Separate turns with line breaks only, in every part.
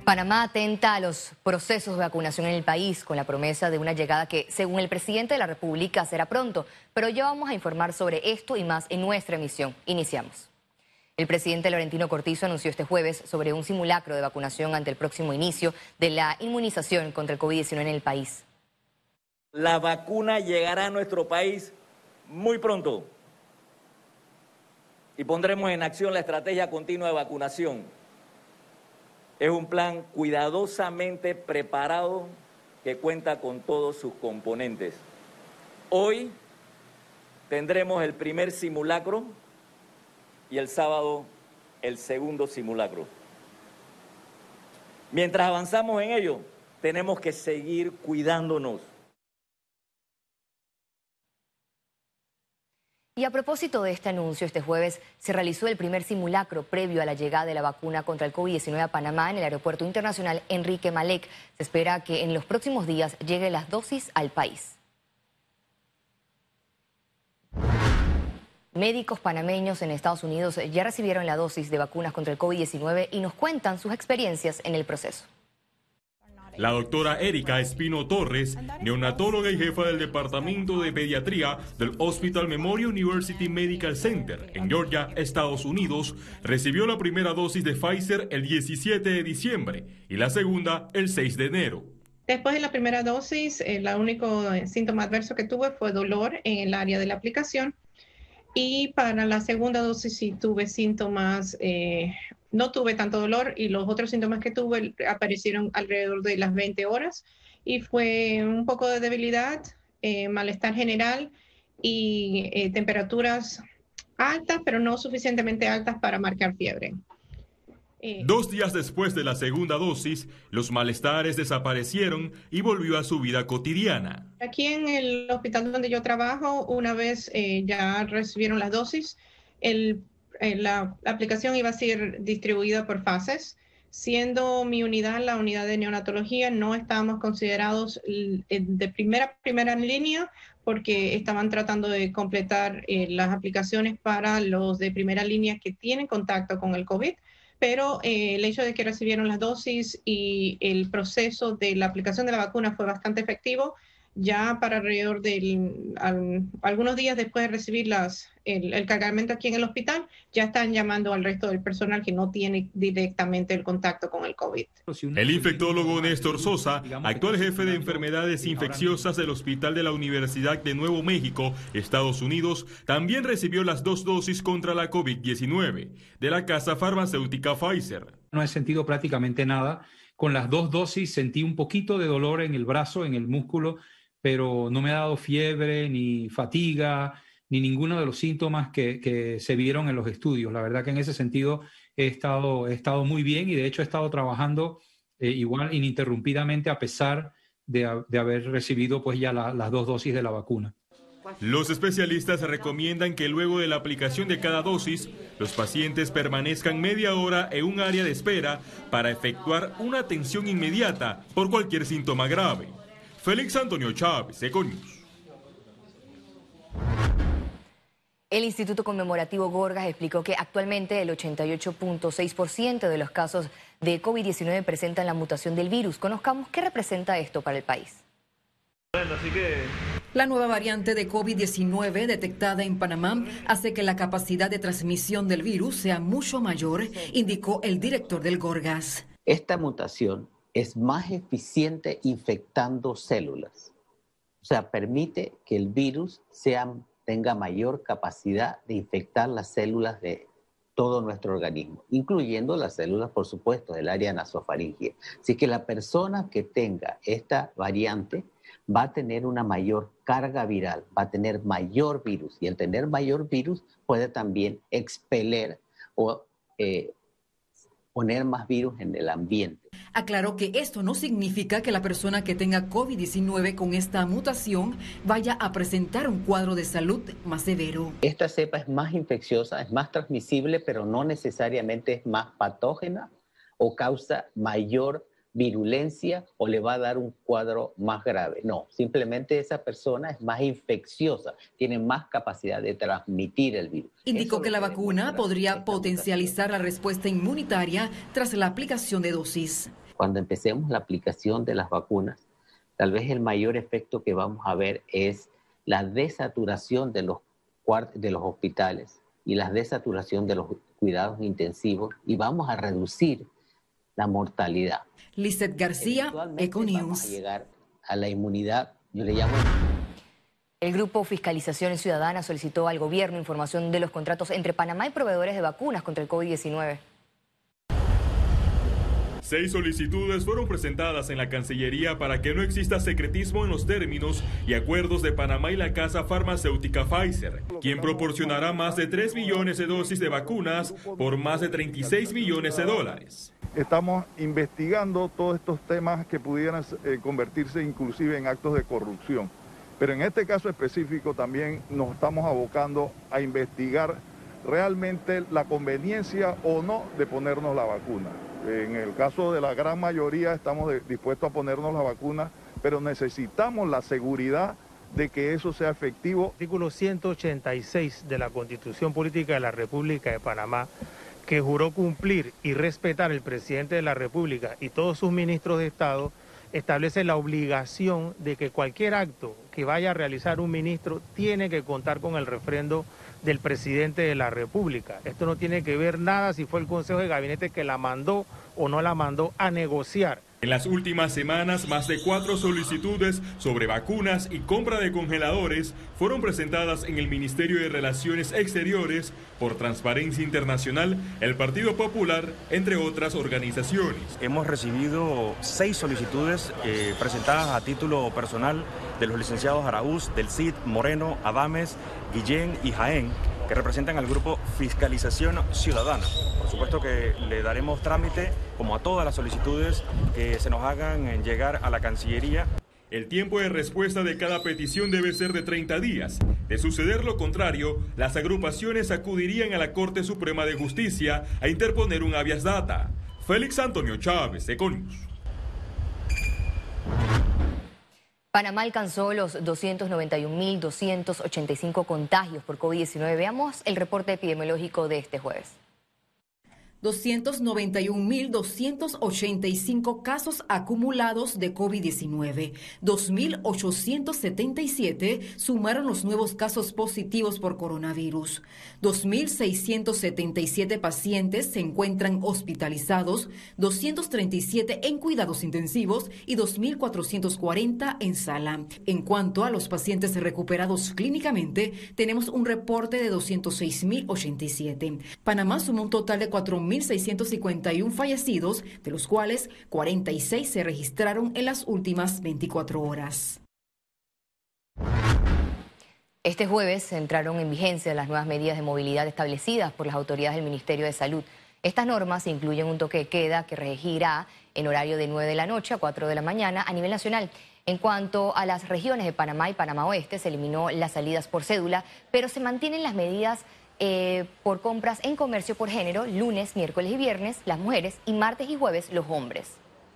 Panamá atenta a los procesos de vacunación en el país con la promesa de una llegada que, según el presidente de la República, será pronto. Pero ya vamos a informar sobre esto y más en nuestra emisión. Iniciamos. El presidente Laurentino Cortizo anunció este jueves sobre un simulacro de vacunación ante el próximo inicio de la inmunización contra el COVID-19 en el país.
La vacuna llegará a nuestro país muy pronto y pondremos en acción la estrategia continua de vacunación. Es un plan cuidadosamente preparado que cuenta con todos sus componentes. Hoy tendremos el primer simulacro y el sábado el segundo simulacro. Mientras avanzamos en ello, tenemos que seguir cuidándonos.
Y a propósito de este anuncio, este jueves se realizó el primer simulacro previo a la llegada de la vacuna contra el COVID-19 a Panamá en el Aeropuerto Internacional Enrique Malek. Se espera que en los próximos días lleguen las dosis al país. Médicos panameños en Estados Unidos ya recibieron la dosis de vacunas contra el COVID-19 y nos cuentan sus experiencias en el proceso.
La doctora Erika Espino Torres, neonatóloga y jefa del Departamento de Pediatría del Hospital Memorial University Medical Center en Georgia, Estados Unidos, recibió la primera dosis de Pfizer el 17 de diciembre y la segunda el 6 de enero.
Después de la primera dosis, el único síntoma adverso que tuve fue dolor en el área de la aplicación. Y para la segunda dosis sí tuve síntomas, no tuve tanto dolor y los otros síntomas que tuve aparecieron alrededor de las 20 horas y fue un poco de debilidad, malestar general y temperaturas altas, pero no suficientemente altas para marcar fiebre.
2 días después de la segunda dosis, los malestares desaparecieron y volvió a su vida cotidiana.
Aquí en el hospital donde yo trabajo, una vez ya recibieron las dosis, la aplicación iba a ser distribuida por fases. Siendo mi unidad, la unidad de neonatología, no estábamos considerados de primera línea porque estaban tratando de completar las aplicaciones para los de primera línea que tienen contacto con el COVID. Pero el hecho de que recibieron las dosis y el proceso de la aplicación de la vacuna fue bastante efectivo. Ya para alrededor de algunos días después de recibir el cargamento aquí en el hospital, ya están llamando al resto del personal que no tiene directamente el contacto con el COVID.
El infectólogo Néstor Sosa, actual jefe de enfermedades infecciosas del Hospital de la Universidad de Nuevo México, Estados Unidos, también recibió las 2 dosis contra la COVID-19 de la casa farmacéutica Pfizer.
No he sentido prácticamente nada. Con las 2 dosis sentí un poquito de dolor en el brazo, en el músculo, pero no me ha dado fiebre, ni fatiga, ni ninguno de los síntomas que se vieron en los estudios. La verdad que en ese sentido he estado muy bien y de hecho he estado trabajando igual ininterrumpidamente a pesar de haber recibido pues ya las 2 dosis de la vacuna.
Los especialistas recomiendan que luego de la aplicación de cada dosis, los pacientes permanezcan media hora en un área de espera para efectuar una atención inmediata por cualquier síntoma grave. Félix Antonio Chávez, Econius.
El Instituto Conmemorativo Gorgas explicó que actualmente el 88.6% de los casos de COVID-19 presentan la mutación del virus. Conozcamos qué representa esto para el país.
La nueva variante de COVID-19 detectada en Panamá hace que la capacidad de transmisión del virus sea mucho mayor, indicó el director del Gorgas.
Esta mutación es más eficiente infectando células. O sea, permite que el virus tenga mayor capacidad de infectar las células de todo nuestro organismo, incluyendo las células, por supuesto, del área nasofaringea. Así que la persona que tenga esta variante va a tener una mayor carga viral, va a tener mayor virus, y al tener mayor virus puede también expeler o poner más virus en el ambiente.
Aclaró que esto no significa que la persona que tenga COVID-19 con esta mutación vaya a presentar un cuadro de salud más severo.
Esta cepa es más infecciosa, es más transmisible, pero no necesariamente es más patógena o causa mayor virulencia o le va a dar un cuadro más grave. No, simplemente esa persona es más infecciosa, tiene más capacidad de transmitir el virus.
Indicó que la vacuna podría potencializar la respuesta inmunitaria tras la aplicación de dosis.
cuando empecemos la aplicación de las vacunas, tal vez el mayor efecto que vamos a ver es la desaturación de los hospitales y la desaturación de los cuidados intensivos, y vamos a reducir la mortalidad.
Lizeth García, Econews.
Vamos a llegar a la inmunidad, yo le llamo.
El Grupo Fiscalización Ciudadana solicitó al gobierno información de los contratos entre Panamá y proveedores de vacunas contra el COVID-19.
6 solicitudes fueron presentadas en la Cancillería para que no exista secretismo en los términos y acuerdos de Panamá y la casa farmacéutica Pfizer, quien proporcionará más de 3 millones de dosis de vacunas por más de 36 millones de dólares.
Estamos investigando todos estos temas que pudieran convertirse inclusive en actos de corrupción. Pero en este caso específico también nos estamos abocando a investigar realmente la conveniencia o no de ponernos la vacuna. En el caso de la gran mayoría estamos dispuestos a ponernos la vacuna, pero necesitamos la seguridad de que eso sea efectivo.
Artículo 186 de la Constitución Política de la República de Panamá, que juró cumplir y respetar el presidente de la República y todos sus ministros de Estado, establece la obligación de que cualquier acto que vaya a realizar un ministro tiene que contar con el refrendo del presidente de la República. Esto no tiene que ver nada si fue el Consejo de Gabinete que la mandó o no la mandó a negociar.
En las últimas semanas, más de 4 solicitudes sobre vacunas y compra de congeladores fueron presentadas en el Ministerio de Relaciones Exteriores por Transparencia Internacional, el Partido Popular, entre otras organizaciones.
Hemos recibido 6 solicitudes presentadas a título personal de los licenciados Araúz, Del Cid, Moreno, Adames, Guillén y Jaén, que representan al Grupo Fiscalización Ciudadana. Por supuesto que le daremos trámite, como a todas las solicitudes que se nos hagan llegar a la Cancillería.
El tiempo de respuesta de cada petición debe ser de 30 días. De suceder lo contrario, las agrupaciones acudirían a la Corte Suprema de Justicia a interponer un habeas data. Félix Antonio Chávez, Econews.
Panamá alcanzó los 291.285 contagios por COVID-19. Veamos el reporte epidemiológico de este jueves.
291.285 casos acumulados de COVID-19. 2.877 sumaron los nuevos casos positivos por coronavirus. 2.677 pacientes se encuentran hospitalizados, 237 en cuidados intensivos y 2.440 en sala. En cuanto a los pacientes recuperados clínicamente, tenemos un reporte de 206.087. Panamá sumó un total de 4.651 fallecidos, de los cuales 46 se registraron en las últimas 24 horas.
Este jueves entraron en vigencia las nuevas medidas de movilidad establecidas por las autoridades del Ministerio de Salud. Estas normas incluyen un toque de queda que regirá en horario de 9 de la noche a 4 de la mañana a nivel nacional. En cuanto a las regiones de Panamá y Panamá Oeste, se eliminó las salidas por cédula, pero se mantienen las medidas por compras en comercio por género, lunes, miércoles y viernes, las mujeres, y martes y jueves, los hombres.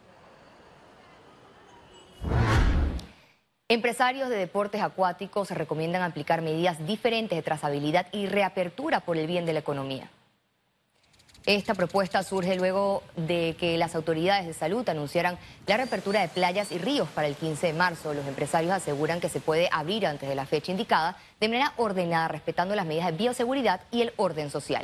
Empresarios de deportes acuáticos recomiendan aplicar medidas diferentes de trazabilidad y reapertura por el bien de la economía. Esta propuesta surge luego de que las autoridades de salud anunciaran la reapertura de playas y ríos para el 15 de marzo. Los empresarios aseguran que se puede abrir antes de la fecha indicada de manera ordenada, respetando las medidas de bioseguridad y el orden social.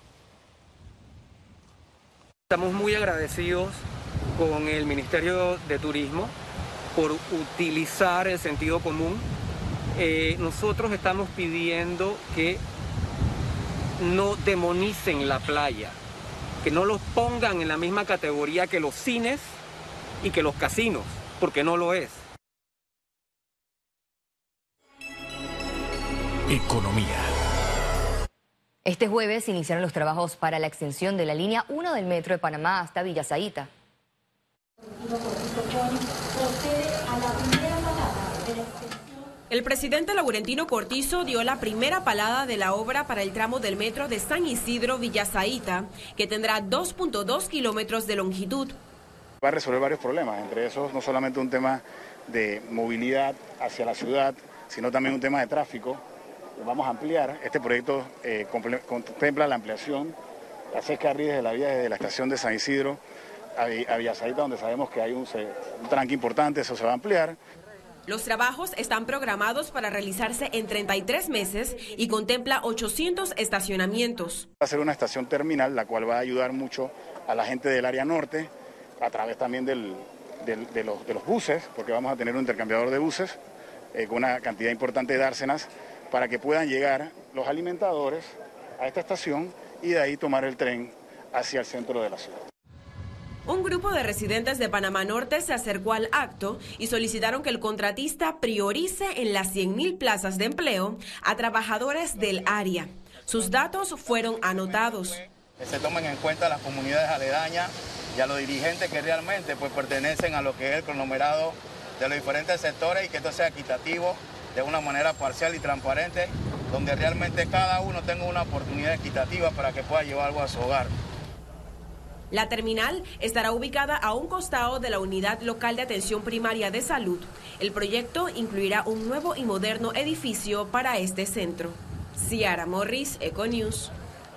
Estamos muy agradecidos con el Ministerio de Turismo por utilizar el sentido común. Nosotros estamos pidiendo que no demonicen la playa, que no los pongan en la misma categoría que los cines y que los casinos, porque no lo es.
Economía.
Este jueves iniciaron los trabajos para la extensión de la línea 1 del metro de Panamá hasta Villa Zaita.
El presidente Laurentino Cortizo dio la primera palada de la obra para el tramo del metro de San Isidro-Villa Zaita, que tendrá 2.2 kilómetros de longitud.
Va a resolver varios problemas, entre esos no solamente un tema de movilidad hacia la ciudad, sino también un tema de tráfico. Vamos a ampliar, este proyecto contempla la ampliación a 6 carriles de la vía desde la estación de San Isidro a Villasaita, donde sabemos que hay un tranque importante, eso se va a ampliar.
Los trabajos están programados para realizarse en 33 meses y contempla 800 estacionamientos.
Va a ser una estación terminal, la cual va a ayudar mucho a la gente del área norte, a través también de los buses, porque vamos a tener un intercambiador de buses con una cantidad importante de dársenas, para que puedan llegar los alimentadores a esta estación y de ahí tomar el tren hacia el centro de la ciudad.
Un grupo de residentes de Panamá Norte se acercó al acto y solicitaron que el contratista priorice en las 100.000 plazas de empleo a trabajadores del área. Sus datos fueron anotados.
Que se tomen en cuenta las comunidades aledañas y a los dirigentes que realmente pues pertenecen a lo que es el conglomerado de los diferentes sectores, y que esto sea equitativo de una manera parcial y transparente, donde realmente cada uno tenga una oportunidad equitativa para que pueda llevar algo a su hogar.
La terminal estará ubicada a un costado de la Unidad Local de Atención Primaria de Salud. El proyecto incluirá un nuevo y moderno edificio para este centro. Ciara Morris, Econews.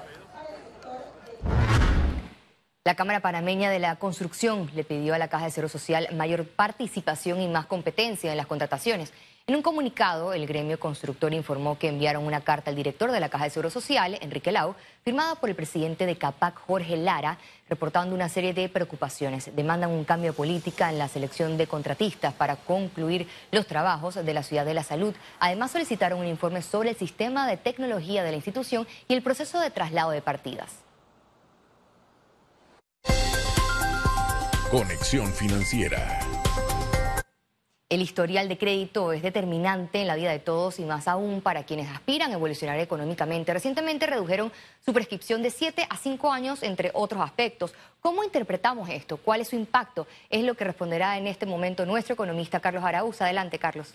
La Cámara Panameña de la Construcción le pidió a la Caja de Seguro Social mayor participación y más competencia en las contrataciones. En un comunicado, el gremio constructor informó que enviaron una carta al director de la Caja de Seguro Social, Enrique Lau, firmada por el presidente de CAPAC, Jorge Lara, reportando una serie de preocupaciones. Demandan un cambio de política en la selección de contratistas para concluir los trabajos de la Ciudad de la Salud. Además, solicitaron un informe sobre el sistema de tecnología de la institución y el proceso de traslado de partidas.
Conexión Financiera.
El historial de crédito es determinante en la vida de todos y más aún para quienes aspiran a evolucionar económicamente. Recientemente redujeron su prescripción de 7 a 5 años, entre otros aspectos. ¿Cómo interpretamos esto? ¿Cuál es su impacto? Es lo que responderá en este momento nuestro economista Carlos Araúz. Adelante, Carlos.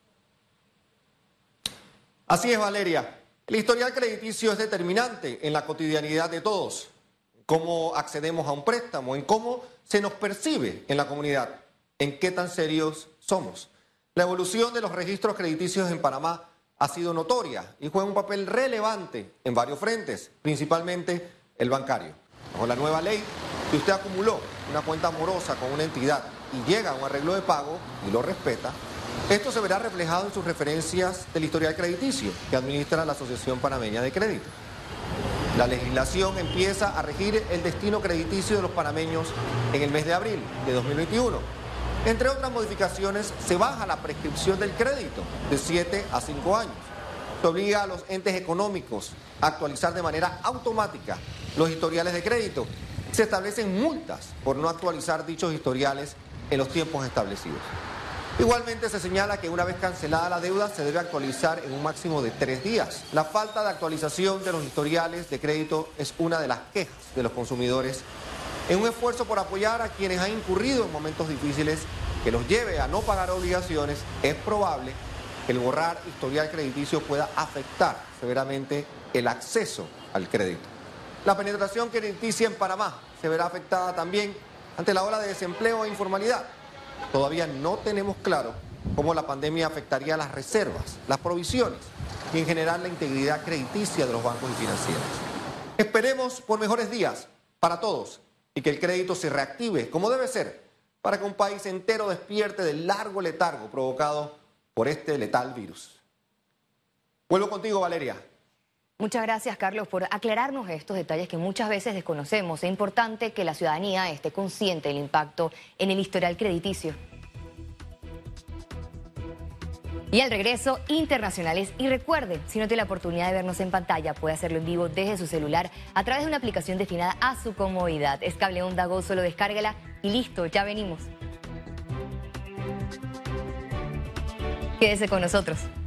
Así es, Valeria. El historial crediticio es determinante en la cotidianidad de todos. Cómo accedemos a un préstamo, en cómo se nos percibe en la comunidad, en qué tan serios somos. La evolución de los registros crediticios en Panamá ha sido notoria y juega un papel relevante en varios frentes, principalmente el bancario. Bajo la nueva ley, si usted acumuló una cuenta morosa con una entidad y llega a un arreglo de pago y lo respeta, esto se verá reflejado en sus referencias del historial crediticio que administra la Asociación Panameña de Crédito. La legislación empieza a regir el destino crediticio de los panameños en el mes de abril de 2021. Entre otras modificaciones, se baja la prescripción del crédito de 7 a 5 años. Se obliga a los entes económicos a actualizar de manera automática los historiales de crédito. Se establecen multas por no actualizar dichos historiales en los tiempos establecidos. Igualmente se señala que una vez cancelada la deuda se debe actualizar en un máximo de 3 días. La falta de actualización de los historiales de crédito es una de las quejas de los consumidores en un esfuerzo por apoyar a quienes han incurrido en momentos difíciles que los lleve a no pagar obligaciones. Es probable que el borrar historial crediticio pueda afectar severamente el acceso al crédito. La penetración crediticia en Panamá se verá afectada también ante la ola de desempleo e informalidad. Todavía no tenemos claro cómo la pandemia afectaría las reservas, las provisiones y en general la integridad crediticia de los bancos y financieros. Esperemos por mejores días para todos y que el crédito se reactive como debe ser para que un país entero despierte del largo letargo provocado por este letal virus. Vuelvo contigo, Valeria.
Muchas gracias, Carlos, por aclararnos estos detalles que muchas veces desconocemos. Es importante que la ciudadanía esté consciente del impacto en el historial crediticio. Y al regreso, internacionales. Y recuerde, si no tiene la oportunidad de vernos en pantalla, puede hacerlo en vivo desde su celular a través de una aplicación destinada a su comodidad. Es Cable Onda Go, solo descárgala y listo, ya venimos. Quédese con nosotros.